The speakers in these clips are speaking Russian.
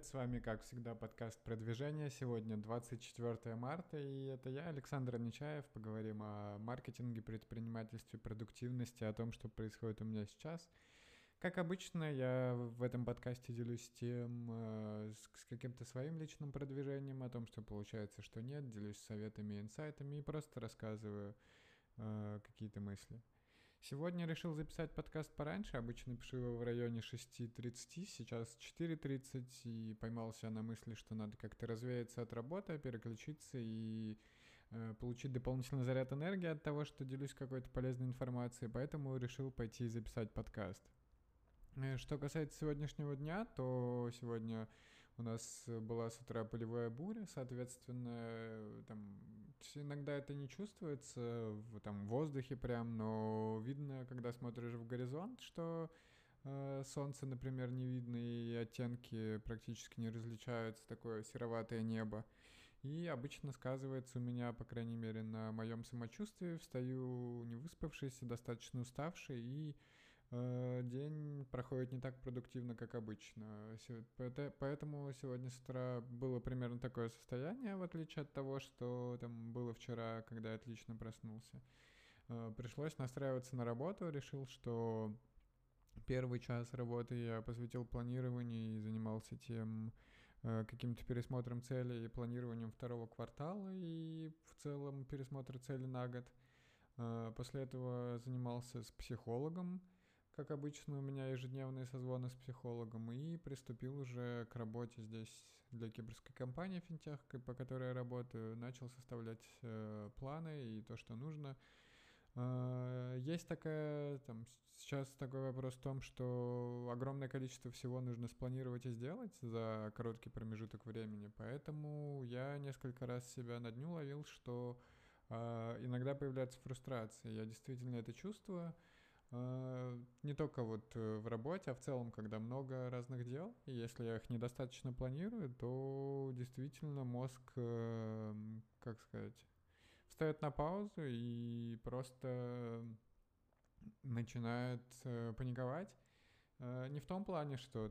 привет, с вами, как всегда, подкаст «Продвижение». Сегодня 24 марта, и это я, Александр Нечаев. Поговорим о маркетинге, предпринимательстве, продуктивности, о том, что происходит у меня сейчас. Как обычно, я в этом подкасте делюсь тем, с каким-то своим личным продвижением, о том, что получается, что нет, делюсь советами, инсайтами и просто рассказываю какие-то мысли. Сегодня решил записать подкаст пораньше, обычно пишу его в районе 6:30, сейчас 4:30, и поймался на мысли, что надо как-то развеяться от работы, переключиться и получить дополнительный заряд энергии от того, что делюсь какой-то полезной информацией, поэтому решил пойти и записать подкаст. Что касается сегодняшнего дня, то сегодня у нас была с утра полевая буря, соответственно, там иногда это не чувствуется в воздухе прям, но видно, когда смотришь в горизонт, что солнце, например, не видно, и оттенки практически не различаются, такое сероватое небо. И обычно сказывается у меня, по крайней мере, на моем самочувствии. Встаю не выспавшийся, достаточно уставший, и день проходит не так продуктивно, как обычно. Поэтому сегодня с утра было примерно такое состояние, в отличие от того, что там было вчера, когда я отлично проснулся. Пришлось настраиваться на работу, решил, что первый час работы я посвятил планированию и занимался тем каким-то пересмотром целей и планированием второго квартала и в целом пересмотр целей на год. После этого занимался с психологом, как обычно у меня ежедневные созвоны с психологом, и приступил уже к работе здесь для кипрской компании финтех, по которой я работаю. Начал составлять планы и то, что нужно. Есть такая, сейчас такой вопрос в том, что огромное количество всего нужно спланировать и сделать за короткий промежуток времени, поэтому я несколько раз себя на дню ловил, что иногда появляется фрустрация. Я действительно это чувствую. Не только в работе, а в целом, когда много разных дел, и если я их недостаточно планирую, то действительно мозг, как сказать, встает на паузу и просто начинает паниковать. Не в том плане, что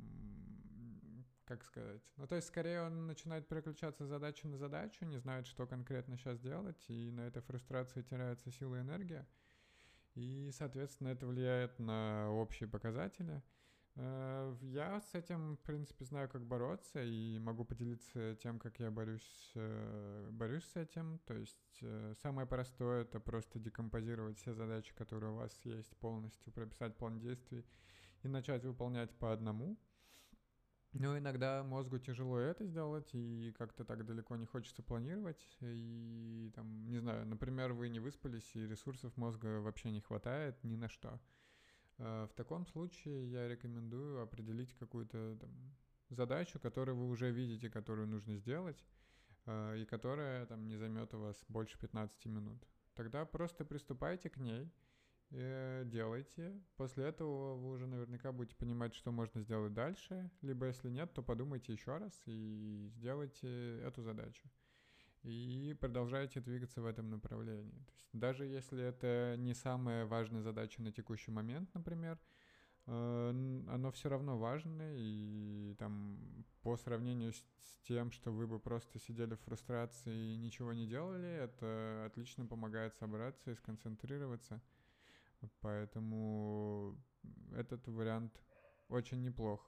как сказать, то есть скорее он начинает переключаться с задачи на задачу, не знает, что конкретно сейчас делать, и на этой фрустрации теряется сила и энергия. И, соответственно, это влияет на общие показатели. Я с этим, в принципе, знаю, как бороться, и могу поделиться тем, как я борюсь с этим. То есть самое простое — это просто декомпозировать все задачи, которые у вас есть, полностью прописать план действий и начать выполнять по одному. Но иногда мозгу тяжело это сделать, и как-то так далеко не хочется планировать. И не знаю, например, вы не выспались, и ресурсов мозга вообще не хватает ни на что. В таком случае я рекомендую определить какую-то задачу, которую вы уже видите, которую нужно сделать, и которая не займет у вас больше 15 минут. Тогда просто приступайте к ней, делайте. После этого вы уже наверняка будете понимать, что можно сделать дальше. Либо если нет, то подумайте еще раз и сделайте эту задачу. И продолжайте двигаться в этом направлении. То есть даже если это не самая важная задача на текущий момент, например, оно все равно важно, и по сравнению с тем, что вы бы просто сидели в фрустрации и ничего не делали, это отлично помогает собраться и сконцентрироваться. Поэтому этот вариант очень неплох.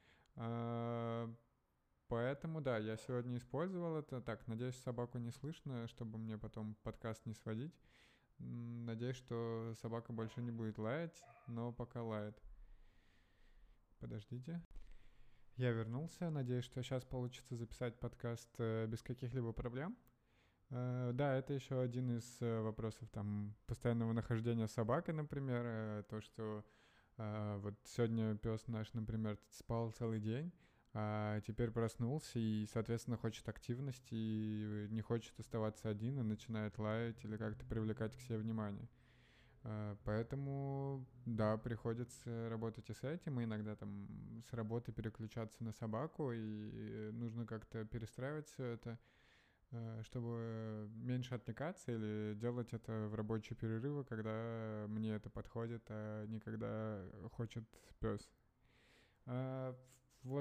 Поэтому, да, я сегодня использовал это. Так, надеюсь, собаку не слышно, чтобы мне потом подкаст не сводить. Надеюсь, что собака больше не будет лаять, но пока лает. Подождите. Я вернулся. Надеюсь, что сейчас получится записать подкаст без каких-либо проблем. Да, это еще один из вопросов постоянного нахождения с собакой, например. То, что вот сегодня пес наш, например, спал целый день, а теперь проснулся и, соответственно, хочет активности и не хочет оставаться один и начинает лаять или как-то привлекать к себе внимание. Поэтому, да, приходится работать и с этим, и иногда с работы переключаться на собаку, и нужно как-то перестраивать все это, чтобы меньше отвлекаться или делать это в рабочие перерывы, когда мне это подходит, а не когда хочет пес. Вот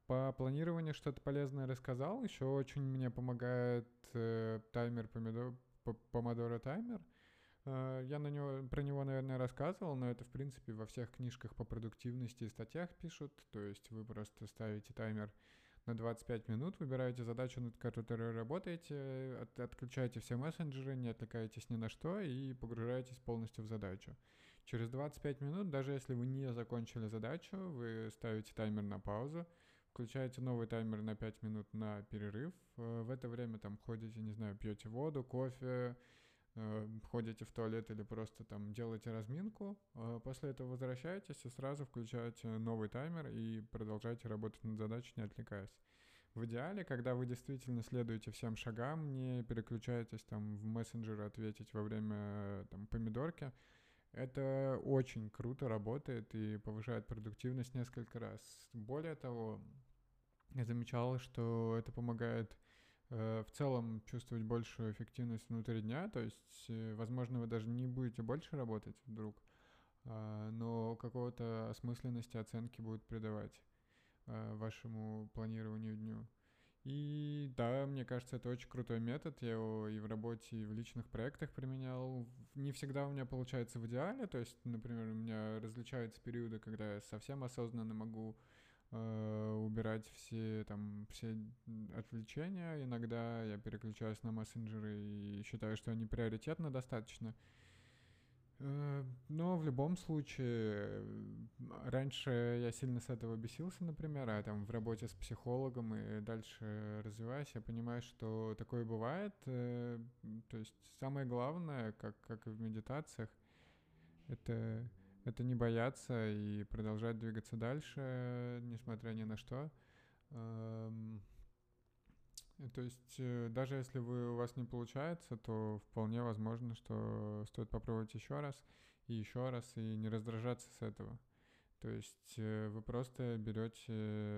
По планированию что-то полезное рассказал. Еще очень мне помогает таймер Помодоро таймер. Я про него, наверное, рассказывал, но это, в принципе, во всех книжках по продуктивности и статьях пишут. То есть вы просто ставите таймер на 25 минут, выбираете задачу, над которой работаете, отключаете все мессенджеры, не отвлекаетесь ни на что и погружаетесь полностью в задачу. Через 25 минут, даже если вы не закончили задачу, вы ставите таймер на паузу, включаете новый таймер на 5 минут на перерыв. В это время там ходите, не знаю, пьете воду, кофе, ходите в туалет или просто там делаете разминку. После этого возвращаетесь и сразу включаете новый таймер и продолжаете работать над задачей, не отвлекаясь. В идеале, когда вы действительно следуете всем шагам, не переключаетесь там в мессенджер ответить во время там помидорки, это очень круто работает и повышает продуктивность несколько раз. Более того, я замечал, что это помогает в целом чувствовать большую эффективность внутри дня, то есть, возможно, вы даже не будете больше работать вдруг, но какого-то осмысленности оценки будет придавать вашему планированию дню. И да, мне кажется, это очень крутой метод. Я его и в работе, и в личных проектах применял. Не всегда у меня получается в идеале. То есть, например, у меня различаются периоды, когда я совсем осознанно могу убирать все отвлечения. Иногда я переключаюсь на мессенджеры и считаю, что они приоритетно достаточно. Но в любом случае, раньше я сильно с этого бесился, например, а там в работе с психологом и дальше развиваясь, я понимаю, что такое бывает. То есть самое главное, как и в медитациях, это, это не бояться и продолжать двигаться дальше, несмотря ни на что. Эм, То есть даже если у вас не получается, то вполне возможно, что стоит попробовать еще раз, и не раздражаться с этого. То есть вы просто берете,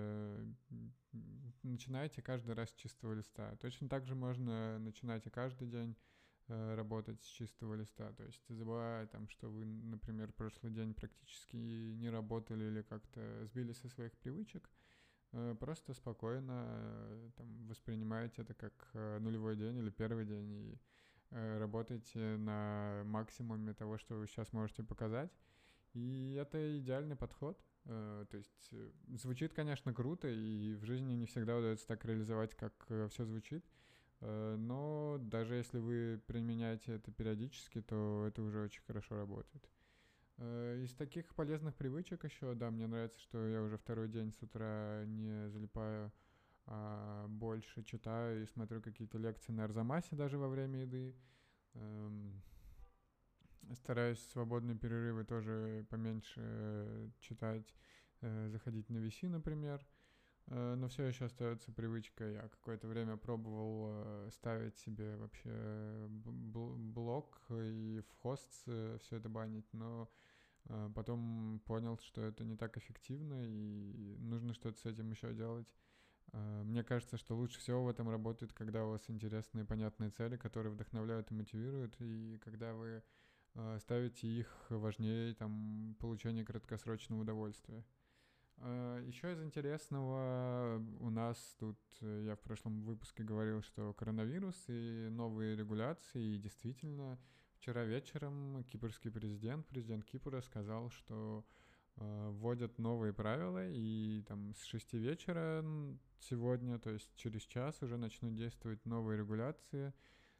начинаете каждый раз с чистого листа. Точно так же можно начинать и каждый день работать с чистого листа. То есть забывая там, что вы, например, прошлый день практически не работали или как-то сбились со своих привычек, просто спокойно там, воспринимаете это как нулевой день или первый день и работаете на максимуме того, что вы сейчас можете показать. И это идеальный подход. То есть звучит, конечно, круто, и в жизни не всегда удается так реализовать, как все звучит. Но даже если вы применяете это периодически, то это уже очень хорошо работает. Из таких полезных привычек еще, да, мне нравится, что я уже второй день с утра не залипаю, а больше читаю и смотрю какие-то лекции на Арзамасе даже во время еды. Стараюсь в свободные перерывы тоже поменьше читать, заходить на VC, например. Но все еще остается привычка. Я какое-то время пробовал ставить себе вообще блок и в хост все это банить, но потом понял, что это не так эффективно и нужно что-то с этим еще делать. Мне кажется, что лучше всего в этом работает, когда у вас интересные понятные цели, которые вдохновляют и мотивируют, и когда вы ставите их важнее там, получения краткосрочного удовольствия. Еще из интересного у нас тут, я в прошлом выпуске говорил, что коронавирус и новые регуляции, и действительно вчера вечером кипрский президент Кипра сказал, что вводят новые правила, и там с 6 вечера сегодня, то есть через час уже начнут действовать новые регуляции,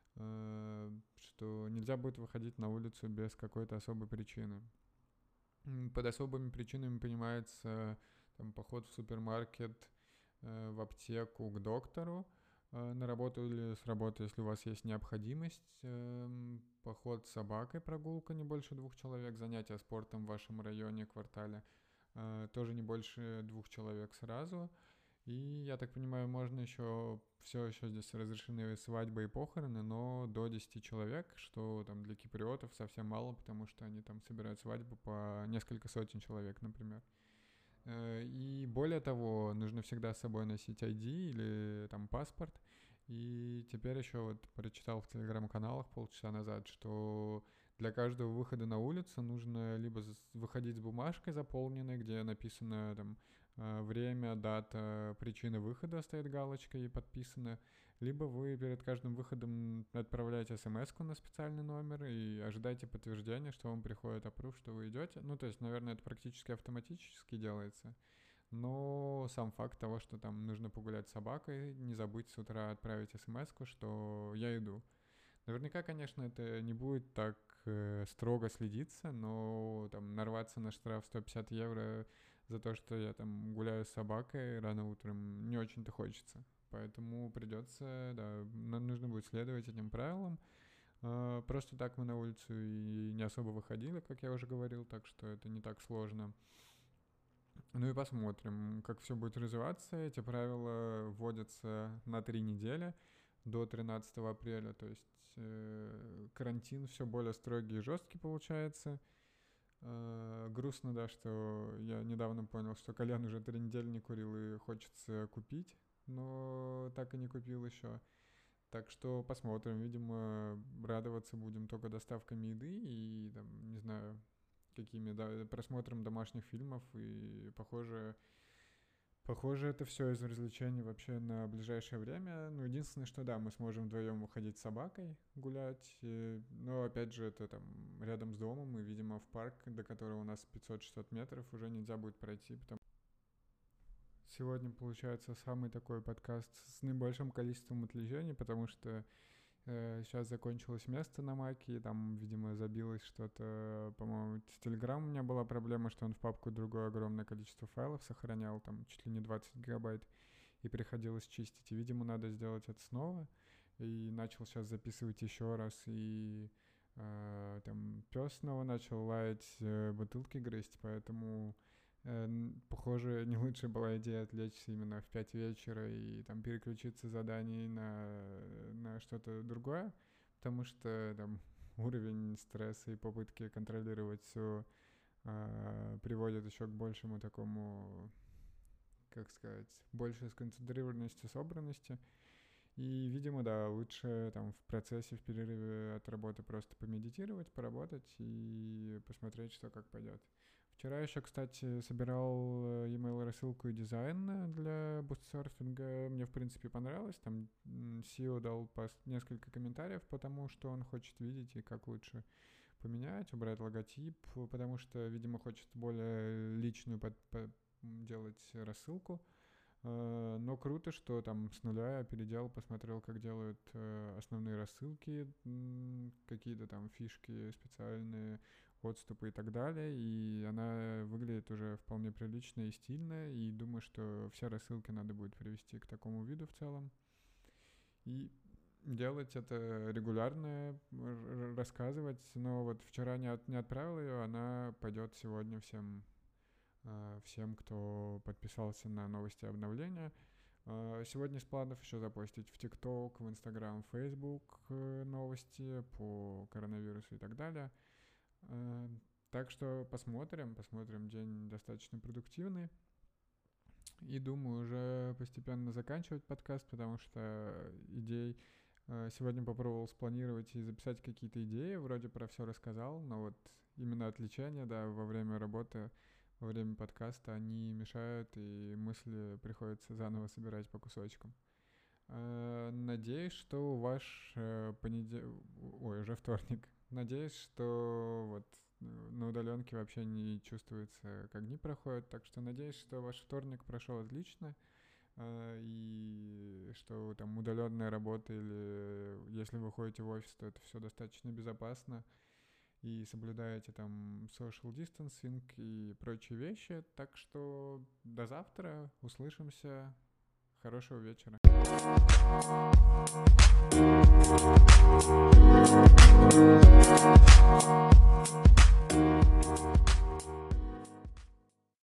что нельзя будет выходить на улицу без какой-то особой причины. Под особыми причинами понимается там, поход в супермаркет, в аптеку, к доктору, на работу или с работы, если у вас есть необходимость, поход с собакой, прогулка не больше 2 человек, занятия спортом в вашем районе, квартале, тоже не больше 2 человек сразу. И, я так понимаю, можно все еще здесь разрешены свадьбы и похороны, но до 10 человек, что там для киприотов совсем мало, потому что они там собирают свадьбу по несколько сотен человек, например. И более того, нужно всегда с собой носить ID или там паспорт. И теперь еще вот прочитал в телеграм-каналах полчаса назад, что для каждого выхода на улицу нужно либо выходить с бумажкой заполненной, где написано там время, дата, причина выхода стоит галочка и подписано, либо вы перед каждым выходом отправляете смс-ку на специальный номер и ожидаете подтверждения, что вам приходит approve, что вы идете. Ну, то есть, наверное, это практически автоматически делается. Но сам факт того, что там нужно погулять с собакой, не забыть с утра отправить смс-ку, что я иду. Наверняка, конечно, это не будет так строго следиться, но там нарваться на штраф 150 евро за то, что я там гуляю с собакой рано утром, не очень-то хочется. Поэтому придется, да, нам нужно будет следовать этим правилам. Просто так мы на улицу и не особо выходили, как я уже говорил, так что это не так сложно. Ну и посмотрим, как все будет развиваться. Эти правила вводятся на 3 недели до 13 апреля, то есть карантин все более строгий и жесткий получается. Грустно, да, что я недавно понял, что Колян уже 3 недели не курил и хочется купить, но так и не купил еще. Так что посмотрим, видимо, радоваться будем только доставками еды и, там, не знаю, просмотром домашних фильмов, и похоже, это все из развлечений вообще на ближайшее время. Ну, единственное, что да, мы сможем вдвоем выходить с собакой гулять, но опять же, это там рядом с домом, и, видимо, в парк, до которого у нас 500-600 метров, уже нельзя будет пройти, потому сегодня получается самый такой подкаст с наибольшим количеством отвлечений, потому что сейчас закончилось место на маке, и там, видимо, забилось что-то, по-моему, с Telegram у меня была проблема, что он в папку другое огромное количество файлов сохранял, там чуть ли не 20 гигабайт, и приходилось чистить. И, видимо, надо сделать это снова. И начал сейчас записывать еще раз, и там пес снова начал лаять, бутылки грызть, поэтому... Похоже, не лучшая была идея отвлечься именно в 5 вечера и там переключиться с заданий на что-то другое, потому что там уровень стресса и попытки контролировать все приводит еще к большему такому, как сказать, большей сконцентрированности, собранности. И, видимо, да, лучше там в процессе, в перерыве от работы просто помедитировать, поработать и посмотреть, что как пойдет. Вчера еще, кстати, собирал e-mail рассылку и дизайн для бустсерфинга. Мне, в принципе, понравилось. Там SEO дал несколько комментариев по тому, что он хочет видеть и как лучше поменять, убрать логотип, потому что, видимо, хочет более личную делать рассылку. Но круто, что там с нуля я переделал, посмотрел, как делают основные рассылки, какие-то там фишки специальные, отступы и так далее, и она выглядит уже вполне прилично и стильно, и думаю, что все рассылки надо будет привести к такому виду в целом. И делать это регулярно, рассказывать, но вот вчера не отправил ее, она пойдет сегодня всем, кто подписался на новости и обновления. Сегодня из планов еще запостить в TikTok, в Instagram, в Facebook новости по коронавирусу и так далее. Так что посмотрим, день достаточно продуктивный. И думаю уже постепенно заканчивать подкаст, потому что идей сегодня попробовал спланировать и записать какие-то идеи, вроде про все рассказал, но вот именно отвлечения, да, во время работы, во время подкаста они мешают, и мысли приходится заново собирать по кусочкам. Надеюсь, что ваш уже вторник. Надеюсь, что вот на удаленке вообще не чувствуется, как дни проходят. Так что надеюсь, что ваш вторник прошел отлично. И что там удаленная работа или если вы ходите в офис, то это все достаточно безопасно. И соблюдаете там social distancing и прочие вещи. Так что до завтра. Услышимся. Хорошего вечера. We'll be right back.